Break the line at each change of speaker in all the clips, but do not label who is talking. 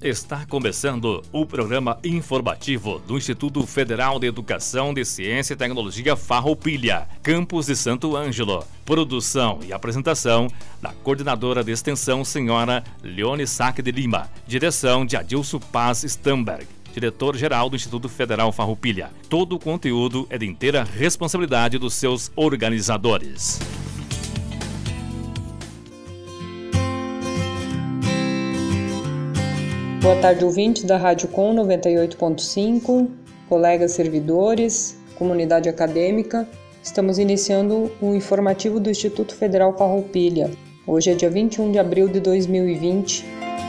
Está começando o programa informativo do Instituto Federal de Educação de Ciência e Tecnologia Farroupilha, campus de Santo Ângelo. Produção e apresentação da coordenadora de extensão, senhora Leone Saque de Lima. Direção de Adilson Paz Stamberg, diretor-geral do Instituto Federal Farroupilha. Todo o conteúdo é de inteira responsabilidade dos seus organizadores.
Boa tarde, ouvintes da Rádio Com 98.5, colegas servidores, comunidade acadêmica. Estamos iniciando o informativo do Instituto Federal Farroupilha. Hoje é dia 21 de abril de 2020.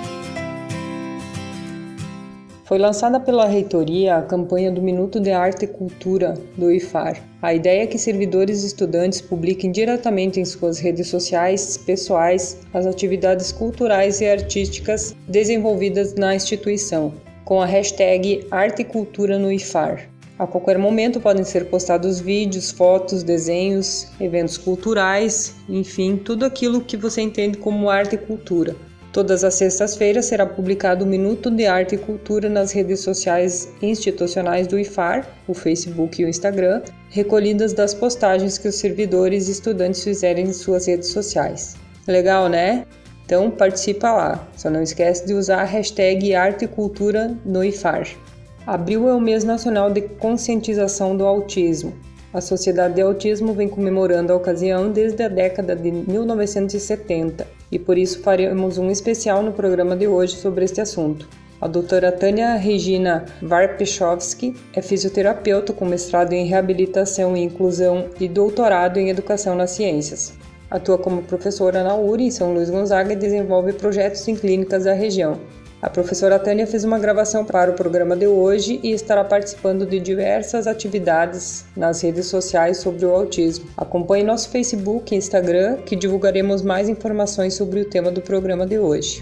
Foi lançada pela reitoria a campanha do Minuto de Arte e Cultura do IFAR. A ideia é que servidores e estudantes publiquem diretamente em suas redes sociais pessoais as atividades culturais e artísticas desenvolvidas na instituição, com a hashtag Arte e Cultura no IFAR. A qualquer momento podem ser postados vídeos, fotos, desenhos, eventos culturais, enfim, tudo aquilo que você entende como arte e cultura. Todas as sextas-feiras será publicado o Minuto de Arte e Cultura nas redes sociais institucionais do IFAR, o Facebook e o Instagram, recolhidas das postagens que os servidores e estudantes fizerem em suas redes sociais. Legal, né? Então participa lá. Só não esquece de usar a hashtag Arte e Cultura no IFAR. Abril é o mês nacional de conscientização do autismo. A Sociedade de Autismo vem comemorando a ocasião desde a década de 1970 e por isso faremos um especial no programa de hoje sobre este assunto. A doutora Tânia Regina Warpechowski é fisioterapeuta com mestrado em reabilitação e inclusão e doutorado em educação nas ciências. Atua como professora na URI em São Luís Gonzaga e desenvolve projetos em clínicas da região. A professora Tânia fez uma gravação para o programa de hoje e estará participando de diversas atividades nas redes sociais sobre o autismo. Acompanhe nosso Facebook e Instagram, que divulgaremos mais informações sobre o tema do programa de hoje.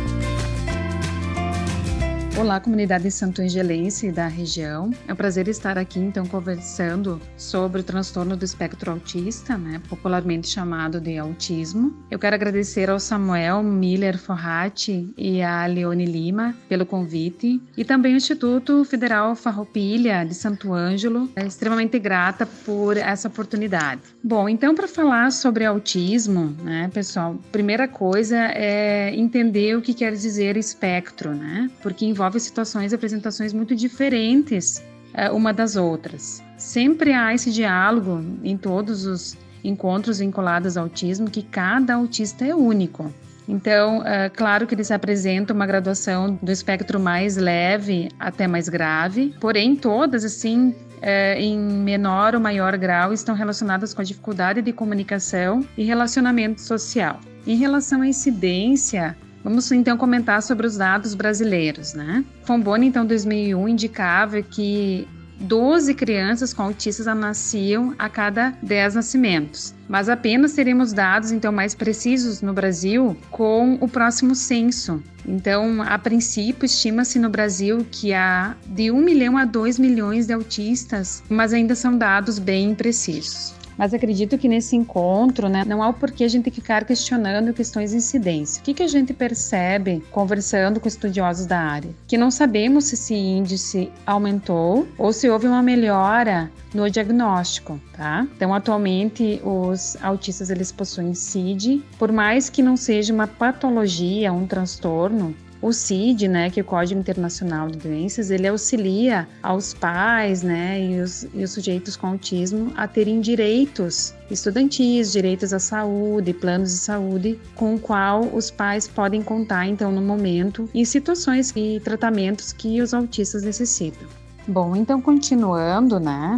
Olá, comunidade santo-angelense da região. É um prazer estar aqui, então, conversando sobre o transtorno do espectro autista, popularmente chamado de autismo. Eu quero agradecer ao Samuel Miller Forratti e à Leone Lima pelo convite e também ao Instituto Federal Farroupilha de Santo Ângelo. É extremamente grata por essa oportunidade. Bom, então, para falar sobre autismo, pessoal, primeira coisa é entender o que quer dizer espectro, porque envolve situações e apresentações muito diferentes uma das outras. Sempre há esse diálogo em todos os encontros vinculados ao autismo, que cada autista é único. Então, claro que eles apresentam uma graduação do espectro mais leve até mais grave, porém todas, assim, em menor ou maior grau, estão relacionadas com a dificuldade de comunicação e relacionamento social. Em relação à incidência, vamos então comentar sobre os dados brasileiros, Fomboni, então, 2001, indicava que 12 crianças com autistas nasciam a cada 10 nascimentos. Mas apenas teremos dados, então, mais precisos no Brasil com o próximo censo. Então, a princípio, estima-se no Brasil que há de 1 milhão a 2 milhões de autistas, mas ainda são dados bem imprecisos. Mas acredito que nesse encontro, não há o porquê a gente ficar questionando questões de incidência. O que a gente percebe conversando com estudiosos da área? Que não sabemos se esse índice aumentou ou se houve uma melhora no diagnóstico, tá? Então, atualmente, os autistas, eles possuem CID, por mais que não seja uma patologia, um transtorno. O CID, que é o Código Internacional de Doenças, ele auxilia aos pais, e os sujeitos com autismo a terem direitos estudantis, direitos à saúde, planos de saúde, com o qual os pais podem contar, então, no momento, em situações e tratamentos que os autistas necessitam. Bom, então, continuando,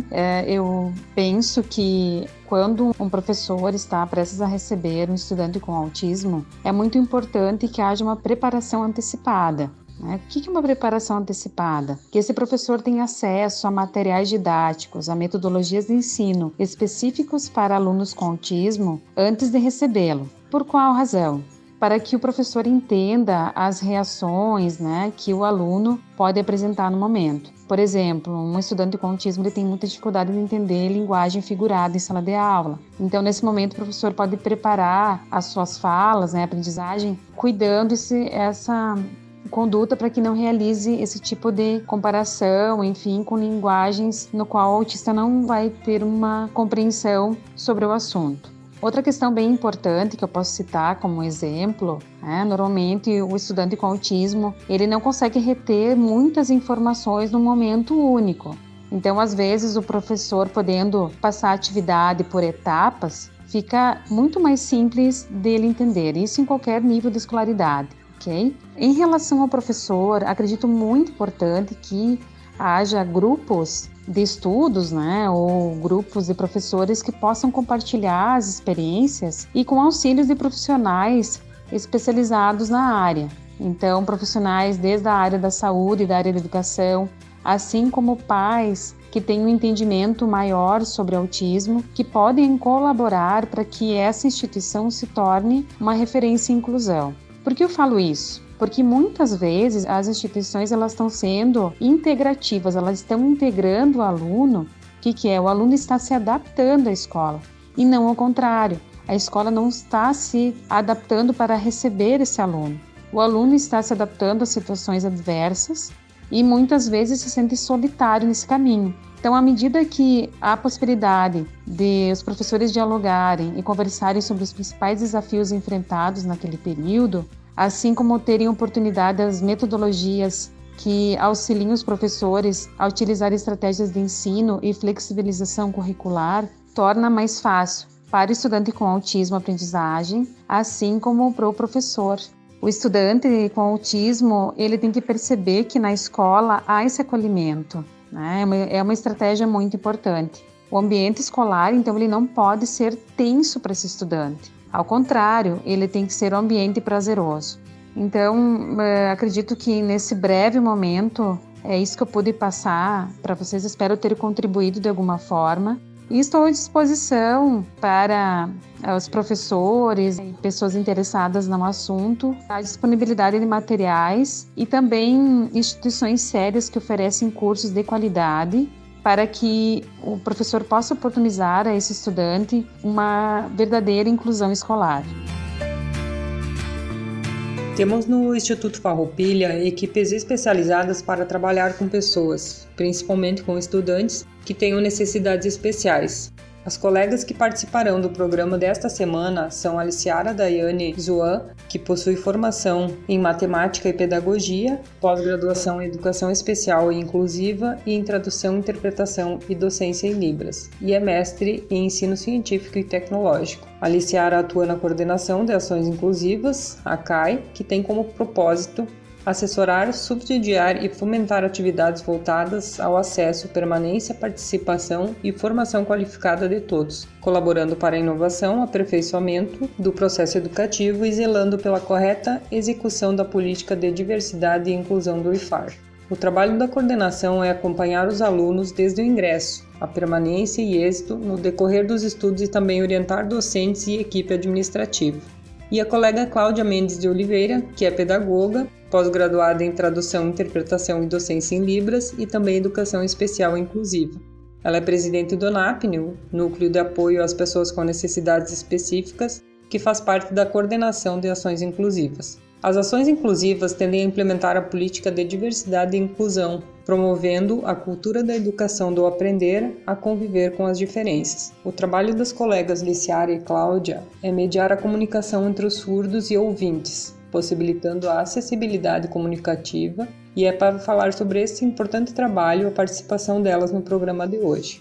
eu penso que quando um professor está prestes a receber um estudante com autismo, é muito importante que haja uma preparação antecipada. O que é uma preparação antecipada? Que esse professor tenha acesso a materiais didáticos, a metodologias de ensino específicos para alunos com autismo antes de recebê-lo. Por qual razão? Para que o professor entenda as reações, que o aluno pode apresentar no momento. Por exemplo, um estudante com autismo ele tem muita dificuldade de entender linguagem figurada em sala de aula. Então, nesse momento, o professor pode preparar as suas falas, a aprendizagem, cuidando conduta para que não realize esse tipo de comparação, enfim, com linguagens no qual o autista não vai ter uma compreensão sobre o assunto. Outra questão bem importante que eu posso citar como exemplo, normalmente o estudante com autismo, ele não consegue reter muitas informações num momento único. Então, às vezes, o professor podendo passar a atividade por etapas, fica muito mais simples dele entender, isso em qualquer nível de escolaridade, ok? Em relação ao professor, acredito muito importante que haja grupos de estudos, ou grupos de professores que possam compartilhar as experiências e com auxílios de profissionais especializados na área. Então, profissionais desde a área da saúde, da área da educação, assim como pais que têm um entendimento maior sobre autismo, que podem colaborar para que essa instituição se torne uma referência em inclusão. Por que eu falo isso? Porque muitas vezes as instituições elas estão sendo integrativas, elas estão integrando o aluno. O que é? O aluno está se adaptando à escola e não ao contrário. A escola não está se adaptando para receber esse aluno. O aluno está se adaptando a situações adversas e muitas vezes se sente solitário nesse caminho. Então, à medida que há possibilidade de os professores dialogarem e conversarem sobre os principais desafios enfrentados naquele período, assim como terem oportunidade das metodologias que auxiliem os professores a utilizar estratégias de ensino e flexibilização curricular, torna mais fácil para o estudante com autismo a aprendizagem, assim como para o professor. O estudante com autismo, ele tem que perceber que na escola há esse acolhimento, É uma estratégia muito importante. O ambiente escolar, então, ele não pode ser tenso para esse estudante. Ao contrário, ele tem que ser um ambiente prazeroso. Então, acredito que nesse breve momento, é isso que eu pude passar para vocês. Espero ter contribuído de alguma forma. E estou à disposição para os professores e pessoas interessadas no assunto, a disponibilidade de materiais e também instituições sérias que oferecem cursos de qualidade para que o professor possa oportunizar a esse estudante uma verdadeira inclusão escolar.
Temos no Instituto Farroupilha equipes especializadas para trabalhar com pessoas, principalmente com estudantes que tenham necessidades especiais. As colegas que participarão do programa desta semana são a Liciara Daiane Zuan, que possui formação em Matemática e Pedagogia, pós-graduação em Educação Especial e Inclusiva e em Tradução, Interpretação e Docência em Libras, e é mestre em Ensino Científico e Tecnológico. A Liciara atua na Coordenação de Ações Inclusivas, a CAI, que tem como propósito assessorar, subsidiar e fomentar atividades voltadas ao acesso, permanência, participação e formação qualificada de todos, colaborando para a inovação, aperfeiçoamento do processo educativo e zelando pela correta execução da política de diversidade e inclusão do IFAR. O trabalho da coordenação é acompanhar os alunos desde o ingresso, a permanência e êxito no decorrer dos estudos e também orientar docentes e equipe administrativa. E a colega Cláudia Mendes de Oliveira, que é pedagoga, pós-graduada em Tradução, Interpretação e Docência em Libras e também Educação Especial e Inclusiva. Ela é presidente do NAPNE, Núcleo de Apoio às Pessoas com Necessidades Específicas, que faz parte da coordenação de ações inclusivas. As ações inclusivas tendem a implementar a política de diversidade e inclusão, promovendo a cultura da educação do aprender a conviver com as diferenças. O trabalho das colegas Liciara e Cláudia é mediar a comunicação entre os surdos e ouvintes, possibilitando a acessibilidade comunicativa, e é para falar sobre esse importante trabalho a participação delas no programa de hoje.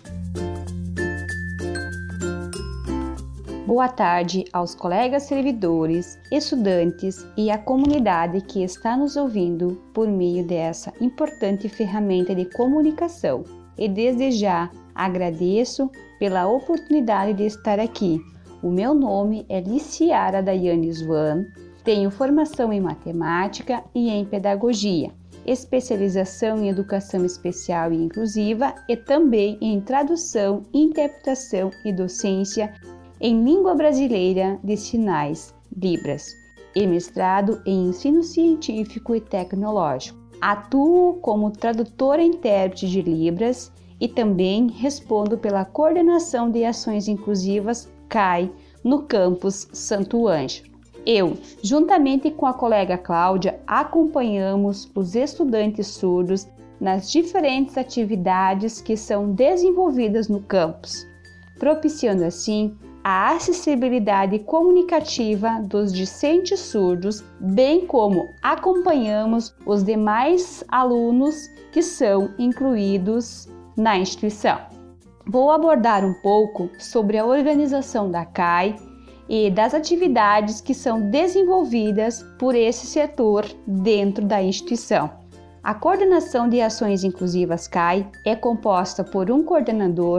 Boa tarde aos colegas servidores, estudantes e à comunidade que está nos ouvindo por meio dessa importante ferramenta de comunicação. E desde já agradeço pela oportunidade de estar aqui. O meu nome é Liciara Daiane Zuan, tenho formação em Matemática e em Pedagogia, especialização em Educação Especial e Inclusiva e também em Tradução, Interpretação e Docência em Língua Brasileira de Sinais, Libras, e mestrado em Ensino Científico e Tecnológico. Atuo como tradutora e intérprete de Libras e também respondo pela Coordenação de Ações Inclusivas CAI no campus Santo Ângelo. Eu, juntamente com a colega Cláudia, acompanhamos os estudantes surdos nas diferentes atividades que são desenvolvidas no campus, propiciando assim a acessibilidade comunicativa dos discentes surdos, bem como acompanhamos os demais alunos que são incluídos na instituição. Vou abordar um pouco sobre a organização da CAI e das atividades que são desenvolvidas por esse setor dentro da instituição. A coordenação de ações inclusivas CAI é composta por um coordenador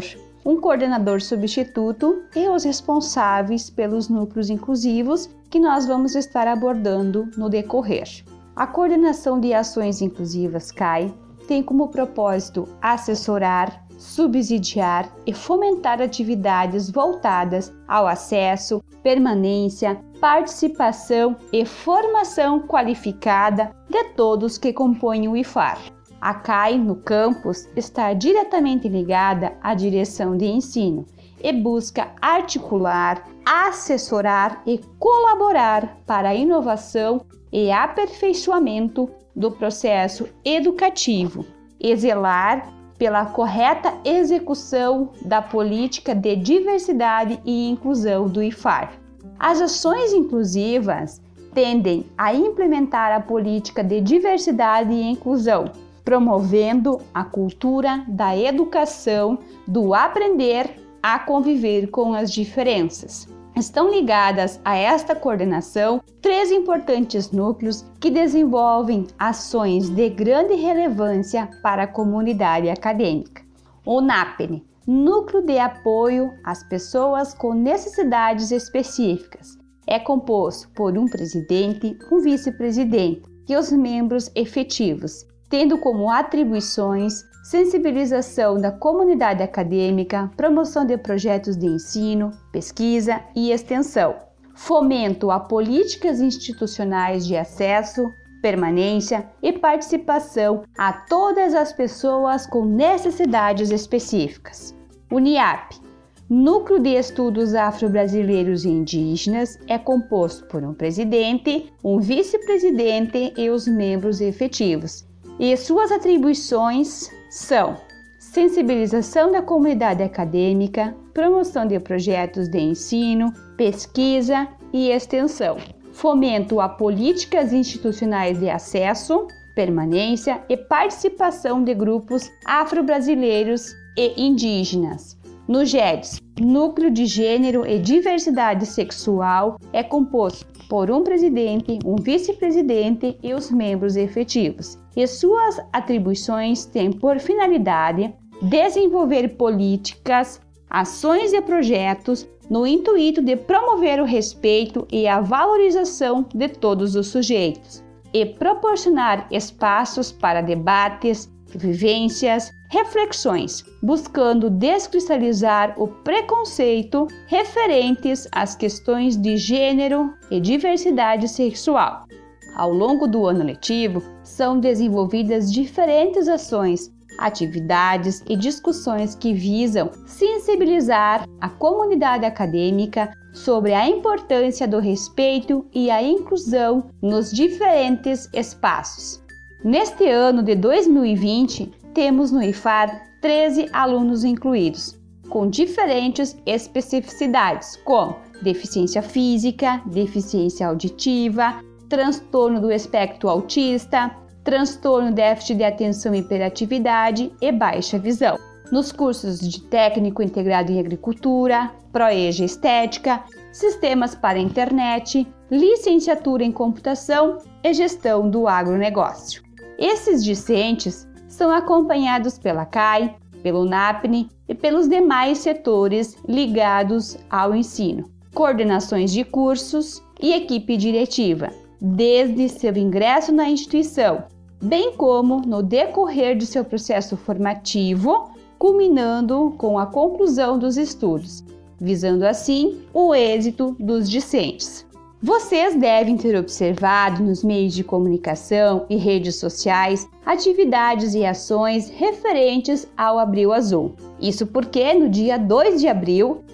substituto e os responsáveis pelos núcleos inclusivos que nós vamos estar abordando no decorrer. A coordenação de ações inclusivas CAI tem como propósito assessorar, subsidiar e fomentar atividades voltadas ao acesso, permanência, participação e formação qualificada de todos que compõem o IFAR. A CAI no campus está diretamente ligada à direção de ensino e busca articular, assessorar e colaborar para a inovação e aperfeiçoamento do processo educativo e zelar pela correta execução da política de diversidade e inclusão do IFAR. As ações inclusivas tendem a implementar a política de diversidade e inclusão, promovendo a cultura da educação, do aprender a conviver com as diferenças. Estão ligadas a esta coordenação 3 importantes núcleos que desenvolvem ações de grande relevância para a comunidade acadêmica. O NAPNE, Núcleo de Apoio às Pessoas com Necessidades Específicas, é composto por um presidente, um vice-presidente e os membros efetivos, tendo como atribuições sensibilização da comunidade acadêmica, promoção de projetos de ensino, pesquisa e extensão, fomento a políticas institucionais de acesso, permanência e participação a todas as pessoas com necessidades específicas. O NIAP, Núcleo de Estudos Afro-Brasileiros e Indígenas, é composto por um presidente, um vice-presidente e os membros efetivos. E suas atribuições são sensibilização da comunidade acadêmica, promoção de projetos de ensino, pesquisa e extensão, fomento a políticas institucionais de acesso, permanência e participação de grupos afro-brasileiros e indígenas. No GEDS, Núcleo de Gênero e Diversidade Sexual, é composto por um presidente, um vice-presidente e os membros efetivos. E suas atribuições têm por finalidade desenvolver políticas, ações e projetos no intuito de promover o respeito e a valorização de todos os sujeitos e proporcionar espaços para debates, vivências, reflexões, buscando descristalizar o preconceito referentes às questões de gênero e diversidade sexual. Ao longo do ano letivo, são desenvolvidas diferentes ações, atividades e discussões que visam sensibilizar a comunidade acadêmica sobre a importância do respeito e a inclusão nos diferentes espaços. Neste ano de 2020, temos no IFAR 13 alunos incluídos, com diferentes especificidades, como deficiência física, deficiência auditiva, transtorno do espectro autista, transtorno déficit de atenção e hiperatividade e baixa visão. Nos cursos de técnico integrado em agricultura, ProEja Estética, sistemas para a internet, licenciatura em computação e gestão do agronegócio. Esses discentes são acompanhados pela CAI, pelo NAPNE e pelos demais setores ligados ao ensino, coordenações de cursos e equipe diretiva, desde seu ingresso na instituição, bem como no decorrer de seu processo formativo, culminando com a conclusão dos estudos, visando assim o êxito dos discentes. Vocês devem ter observado nos meios de comunicação e redes sociais atividades e ações referentes ao Abril Azul. Isso porque no dia 2 de abril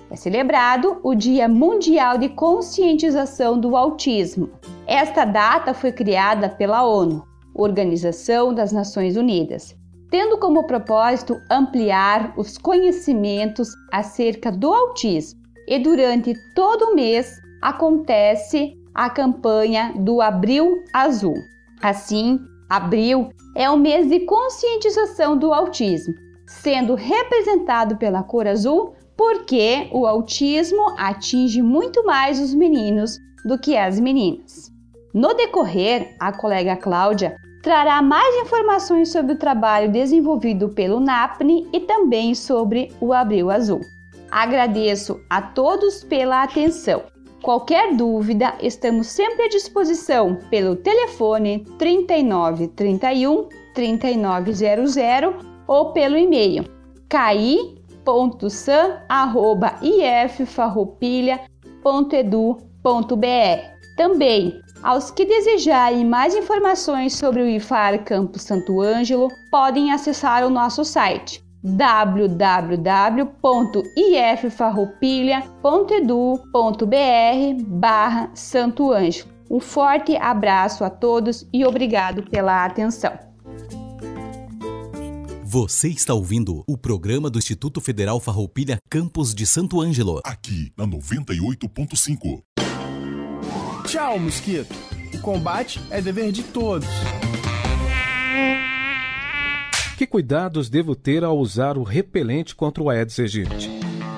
é celebrado o Dia Mundial de Conscientização do Autismo. Esta data foi criada pela ONU, Organização das Nações Unidas, tendo como propósito ampliar os conhecimentos acerca do autismo. E durante todo o mês acontece a campanha do Abril Azul. Assim, abril é o mês de conscientização do autismo, sendo representado pela cor azul porque o autismo atinge muito mais os meninos do que as meninas. No decorrer, a colega Cláudia trará mais informações sobre o trabalho desenvolvido pelo NAPNE e também sobre o Abril Azul. Agradeço a todos pela atenção. Qualquer dúvida, estamos sempre à disposição pelo telefone 3931 3900 ou pelo e-mail kai.san@iffarroupilha.edu.br. Também, aos que desejarem mais informações sobre o IFAR Campus Santo Ângelo, podem acessar o nosso site www.iffarroupilha.edu.br/Santo Ângelo. Um forte abraço a todos e obrigado pela atenção.
Você está ouvindo o programa do Instituto Federal Farroupilha Campus de Santo Ângelo.
Aqui na 98.5.
Tchau, mosquito. O combate é dever de todos.
Que cuidados devo ter ao usar o repelente contra o Aedes aegypti?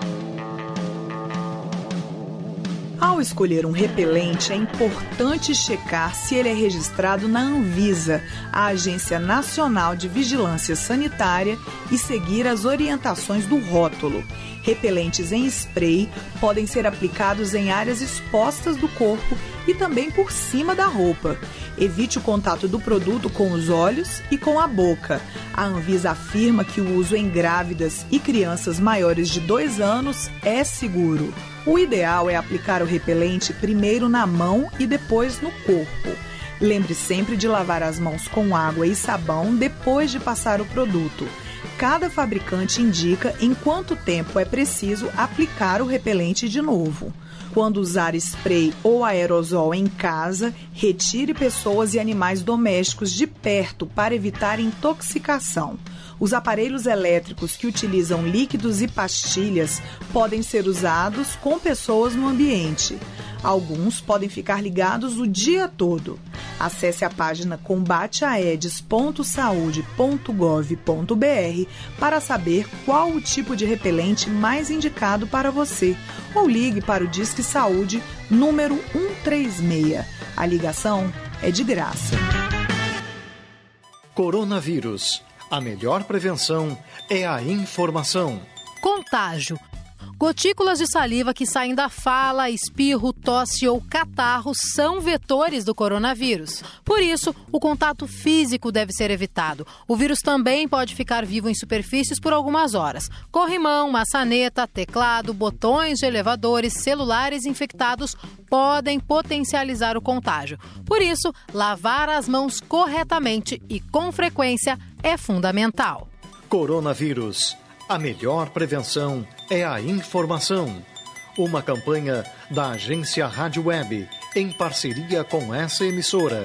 Ao escolher um repelente, é importante checar se ele é registrado na Anvisa, a Agência Nacional de Vigilância Sanitária, e seguir as orientações do rótulo. Repelentes em spray podem ser aplicados em áreas expostas do corpo e também por cima da roupa. Evite o contato do produto com os olhos e com a boca. A Anvisa afirma que o uso em grávidas e crianças maiores de 2 anos é seguro. O ideal é aplicar o repelente primeiro na mão e depois no corpo. Lembre sempre de lavar as mãos com água e sabão depois de passar o produto. Cada fabricante indica em quanto tempo é preciso aplicar o repelente de novo. Quando usar spray ou aerosol em casa, retire pessoas e animais domésticos de perto para evitar intoxicação. Os aparelhos elétricos que utilizam líquidos e pastilhas podem ser usados com pessoas no ambiente. Alguns podem ficar ligados o dia todo. Acesse a página combateaedes.saude.gov.br para saber qual o tipo de repelente mais indicado para você, ou ligue para o Disque Saúde número 136. A ligação é de graça.
Coronavírus. A melhor prevenção é a informação.
Contágio. Gotículas de saliva que saem da fala, espirro, tosse ou catarro são vetores do coronavírus. Por isso, o contato físico deve ser evitado. O vírus também pode ficar vivo em superfícies por algumas horas. Corrimão, maçaneta, teclado, botões de elevadores, celulares infectados podem potencializar o contágio. Por isso, lavar as mãos corretamente e com frequência é fundamental.
Coronavírus. A melhor prevenção é a informação. Uma campanha da agência Rádio Web, em parceria com essa emissora.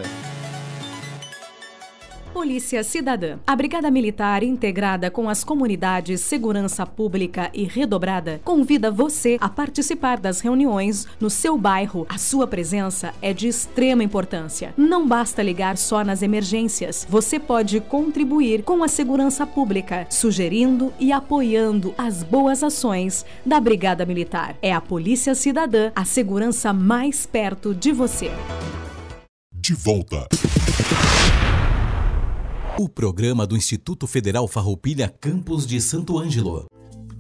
Polícia Cidadã. A Brigada Militar, integrada com as comunidades Segurança Pública e Redobrada, convida você a participar das reuniões no seu bairro. A sua presença é de extrema importância. Não basta ligar só nas emergências. Você pode contribuir com a segurança pública, sugerindo e apoiando as boas ações da Brigada Militar. É a Polícia Cidadã, a segurança mais perto de você.
De volta.
O programa do Instituto Federal Farroupilha Campus de Santo Ângelo.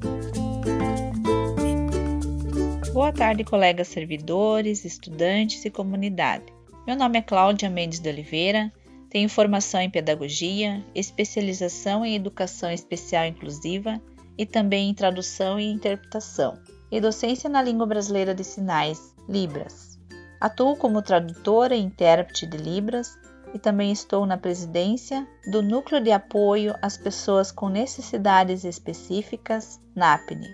Boa tarde, colegas servidores, estudantes e comunidade. Meu nome é Cláudia Mendes de Oliveira, tenho formação em pedagogia, especialização em educação especial inclusiva e também em tradução e interpretação, e docência na língua brasileira de sinais, Libras. Atuo como tradutora e intérprete de Libras e também estou na presidência do Núcleo de Apoio às Pessoas com Necessidades Específicas, NAPNE,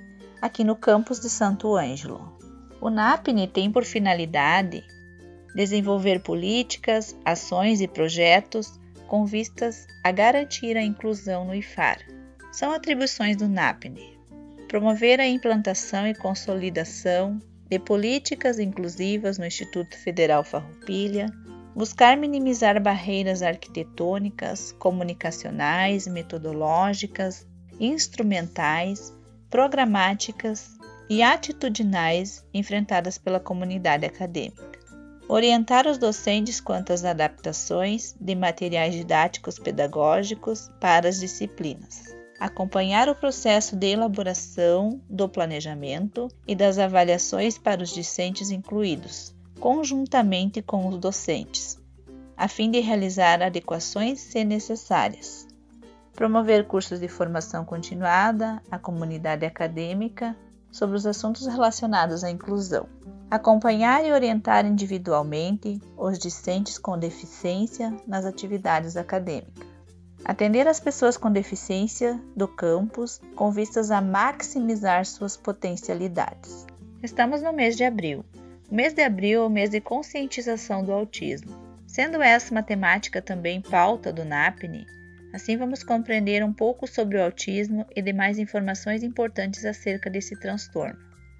aqui no campus de Santo Ângelo. O NAPNE tem por finalidade desenvolver políticas, ações e projetos com vistas a garantir a inclusão no IFAR. São atribuições do NAPNE: promover a implantação e consolidação de políticas inclusivas no Instituto Federal Farroupilha, buscar minimizar barreiras arquitetônicas, comunicacionais, metodológicas, instrumentais, programáticas e atitudinais enfrentadas pela comunidade acadêmica. Orientar os docentes quanto às adaptações de materiais didáticos pedagógicos para as disciplinas. Acompanhar o processo de elaboração do planejamento e das avaliações para os discentes incluídos, conjuntamente com os docentes, a fim de realizar adequações se necessárias. Promover cursos de formação continuada à comunidade acadêmica sobre os assuntos relacionados à inclusão. Acompanhar e orientar individualmente os discentes com deficiência nas atividades acadêmicas. Atender as pessoas com deficiência do campus com vistas a maximizar suas potencialidades. Estamos no mês de abril. O mês de abril é o mês de conscientização do autismo. Sendo essa uma temática também pauta do NAPNE, assim vamos compreender um pouco sobre o autismo e demais informações importantes acerca desse transtorno.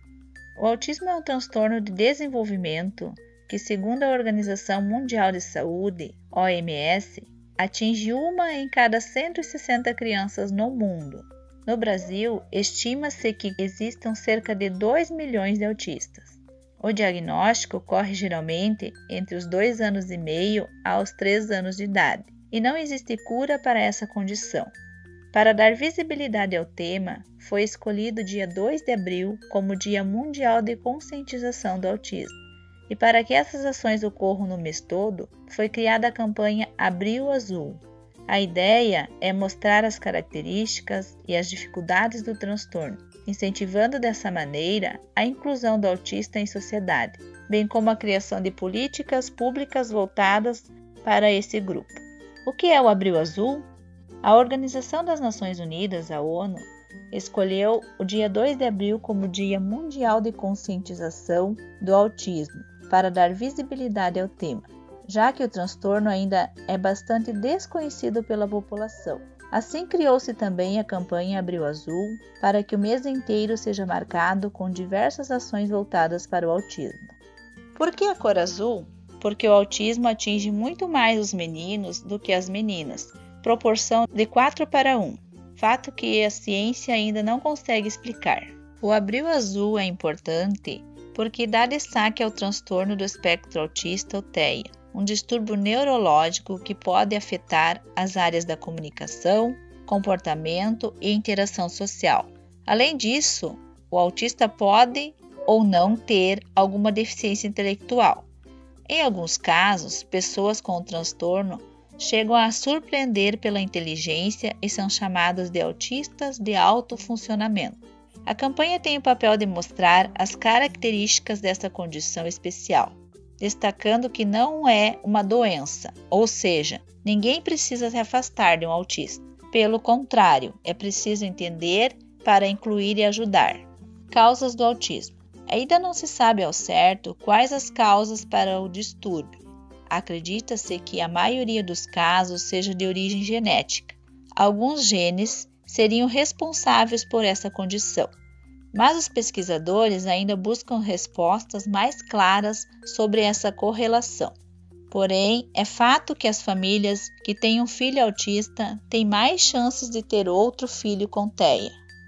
O autismo é um transtorno de desenvolvimento que, segundo a Organização Mundial de Saúde, OMS, atinge 1 em cada 160 crianças no mundo. No Brasil, estima-se que existam cerca de 2 milhões de autistas. O diagnóstico ocorre geralmente entre os 2 anos e meio aos 3 anos de idade, e não existe cura para essa condição. Para dar visibilidade ao tema, foi escolhido o dia 2 de abril como Dia Mundial de Conscientização do Autismo. E para que essas ações ocorram no mês todo, foi criada a campanha Abril Azul. A ideia é mostrar as características e as dificuldades do transtorno, incentivando dessa maneira a inclusão do autista em sociedade, bem como a criação de políticas públicas voltadas para esse grupo. O que é o Abril Azul? A Organização das Nações Unidas, a ONU, escolheu o dia 2 de abril como Dia Mundial de Conscientização do Autismo, para dar visibilidade ao tema, já que o transtorno ainda é bastante desconhecido pela população. Assim, criou-se também a campanha Abril Azul, para que o mês inteiro seja marcado com diversas ações voltadas para o autismo. Por que a cor azul? Porque o autismo atinge muito mais os meninos do que as meninas, proporção de 4:1, fato que a ciência ainda não consegue explicar. O Abril Azul é importante porque dá destaque ao transtorno do espectro autista, ou TEA, um distúrbio neurológico que pode afetar as áreas da comunicação, comportamento e interação social. Além disso, o autista pode ou não ter alguma deficiência intelectual. Em alguns casos, pessoas com o transtorno chegam a surpreender pela inteligência e são chamadas de autistas de alto funcionamento. A campanha tem o papel de mostrar as características dessa condição especial, destacando que não é uma doença, ou seja, ninguém precisa se afastar de um autista. Pelo contrário, é preciso entender para incluir e ajudar. Causas do autismo. Ainda não se sabe ao certo quais as causas para o distúrbio. Acredita-se que a maioria dos casos seja de origem genética. Alguns genes seriam responsáveis por essa condição, mas os pesquisadores ainda buscam respostas mais claras sobre essa correlação. Porém, é fato que as famílias que têm um filho autista têm mais chances de ter outro filho com TEA.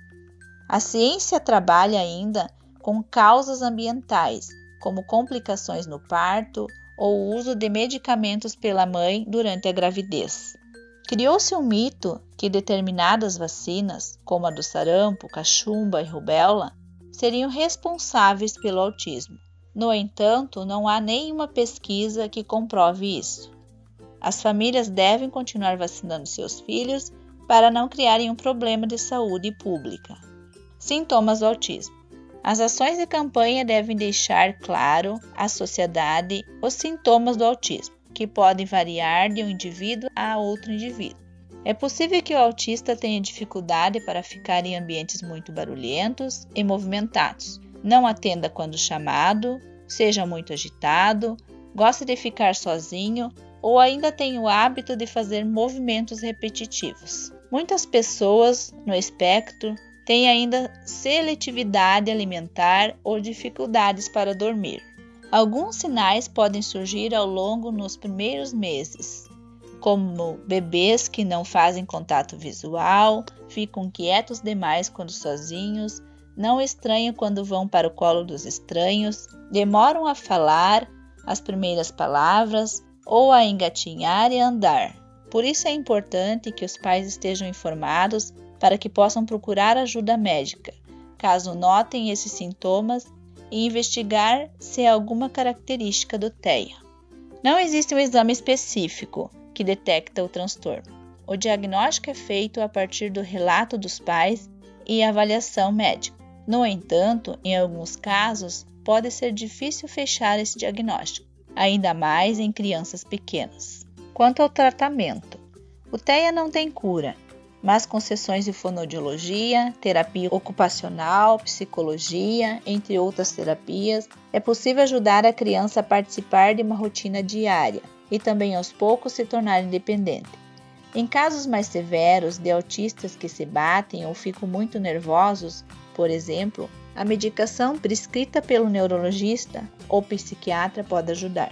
A ciência trabalha ainda com causas ambientais, como complicações no parto ou o uso de medicamentos pela mãe durante a gravidez. Criou-se um mito que determinadas vacinas, como a do sarampo, cachumba e rubéola, seriam responsáveis pelo autismo. No entanto, não há nenhuma pesquisa que comprove isso. As famílias devem continuar vacinando seus filhos para não criarem um problema de saúde pública. Sintomas do autismo. As ações de campanha devem deixar claro à sociedade os sintomas do autismo, que podem variar de um indivíduo a outro indivíduo. É possível que o autista tenha dificuldade para ficar em ambientes muito barulhentos e movimentados, não atenda quando chamado, seja muito agitado, gosta de ficar sozinho ou ainda tem o hábito de fazer movimentos repetitivos. Muitas pessoas no espectro têm ainda seletividade alimentar ou dificuldades para dormir. Alguns sinais podem surgir ao longo nos primeiros meses, como bebês que não fazem contato visual, ficam quietos demais quando sozinhos, não estranham quando vão para o colo dos estranhos, demoram a falar as primeiras palavras ou a engatinhar e andar. Por isso é importante que os pais estejam informados para que possam procurar ajuda médica, caso notem esses sintomas, e investigar se há alguma característica do TEA. Não existe um exame específico que detecta o transtorno. O diagnóstico é feito a partir do relato dos pais e avaliação médica. No entanto, em alguns casos, pode ser difícil fechar esse diagnóstico, ainda mais em crianças pequenas. Quanto ao tratamento, o TEA não tem cura, mas com sessões de fonoaudiologia, terapia ocupacional, psicologia, entre outras terapias, é possível ajudar a criança a participar de uma rotina diária e também aos poucos se tornar independente. Em casos mais severos de autistas que se batem ou ficam muito nervosos, por exemplo, a medicação prescrita pelo neurologista ou psiquiatra pode ajudar.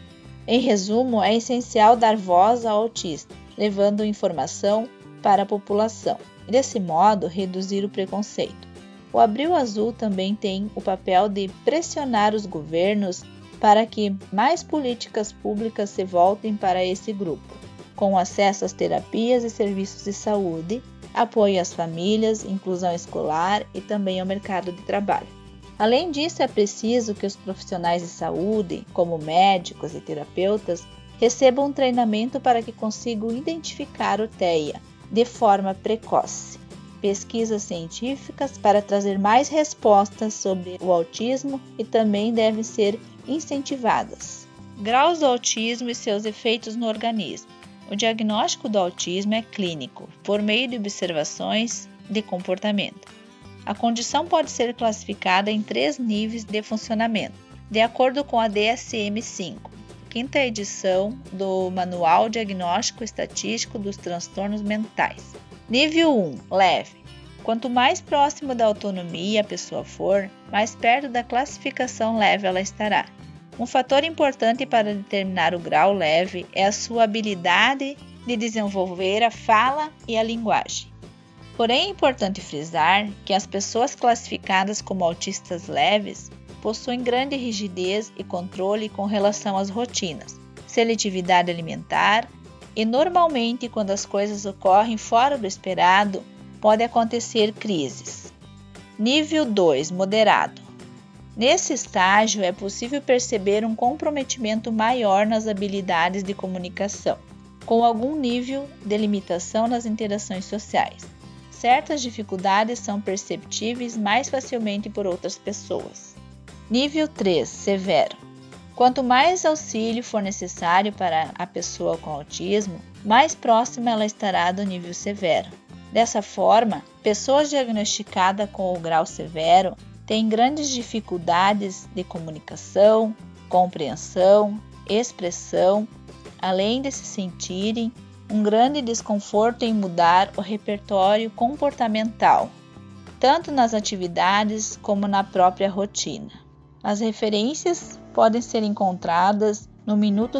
Em resumo, é essencial dar voz ao autista, levando informação para a população e, desse modo, reduzir o preconceito. O Abril Azul também tem o papel de pressionar os governos para que mais políticas públicas se voltem para esse grupo, com acesso às terapias e serviços de saúde, apoio às famílias, inclusão escolar e também ao mercado de trabalho. Além disso, é preciso que os profissionais de saúde, como médicos e terapeutas, recebam um treinamento para que consigam identificar o TEA de forma precoce. Pesquisas científicas para trazer mais respostas sobre o autismo e também devem ser incentivadas. Graus do autismo e seus efeitos no organismo. O diagnóstico do autismo é clínico, por meio de observações de comportamento. A condição pode ser classificada em 3 níveis de funcionamento, de acordo com a DSM-5, quinta edição do Manual Diagnóstico Estatístico dos Transtornos Mentais. Nível 1, leve. Quanto mais próximo da autonomia a pessoa for, mais perto da classificação leve ela estará. Um fator importante para determinar o grau leve é a sua habilidade de desenvolver a fala e a linguagem. Porém, é importante frisar que as pessoas classificadas como autistas leves possuem grande rigidez e controle com relação às rotinas, seletividade alimentar e, normalmente, quando as coisas ocorrem fora do esperado, pode acontecer crises. Nível 2, moderado. Nesse estágio, é possível perceber um comprometimento maior nas habilidades de comunicação, com algum nível de limitação nas interações sociais. Certas dificuldades são perceptíveis mais facilmente por outras pessoas. Nível 3, severo. Quanto mais auxílio for necessário para a pessoa com autismo, mais próxima ela estará do nível severo. Dessa forma, pessoas diagnosticadas com o grau severo têm grandes dificuldades de comunicação, compreensão, expressão, além de se sentirem um grande desconforto em mudar o repertório comportamental, tanto nas atividades como na própria rotina. As referências podem ser encontradas no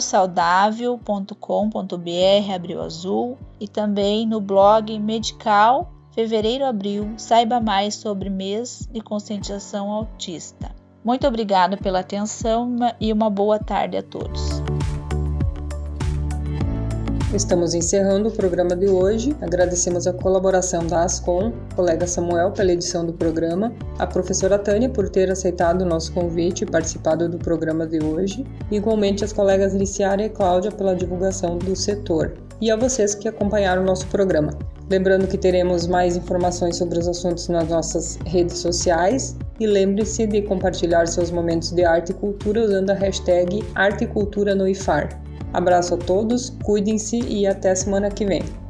minutosaudável.com.br Abril Azul e também no blog Medical Fevereiro-Abril. Saiba mais sobre mês de conscientização autista. Muito obrigado pela atenção e uma boa tarde a todos.
Estamos encerrando o programa de hoje. Agradecemos a colaboração da Ascom, colega Samuel pela edição do programa, a professora Tânia por ter aceitado o nosso convite e participado do programa de hoje, e igualmente as colegas Liciara e Cláudia pela divulgação do setor, e a vocês que acompanharam o nosso programa. Lembrando que teremos mais informações sobre os assuntos nas nossas redes sociais, e lembre-se de compartilhar seus momentos de arte e cultura usando a hashtag Arte e Cultura no IFAR. Abraço a todos, cuidem-se e até semana que vem.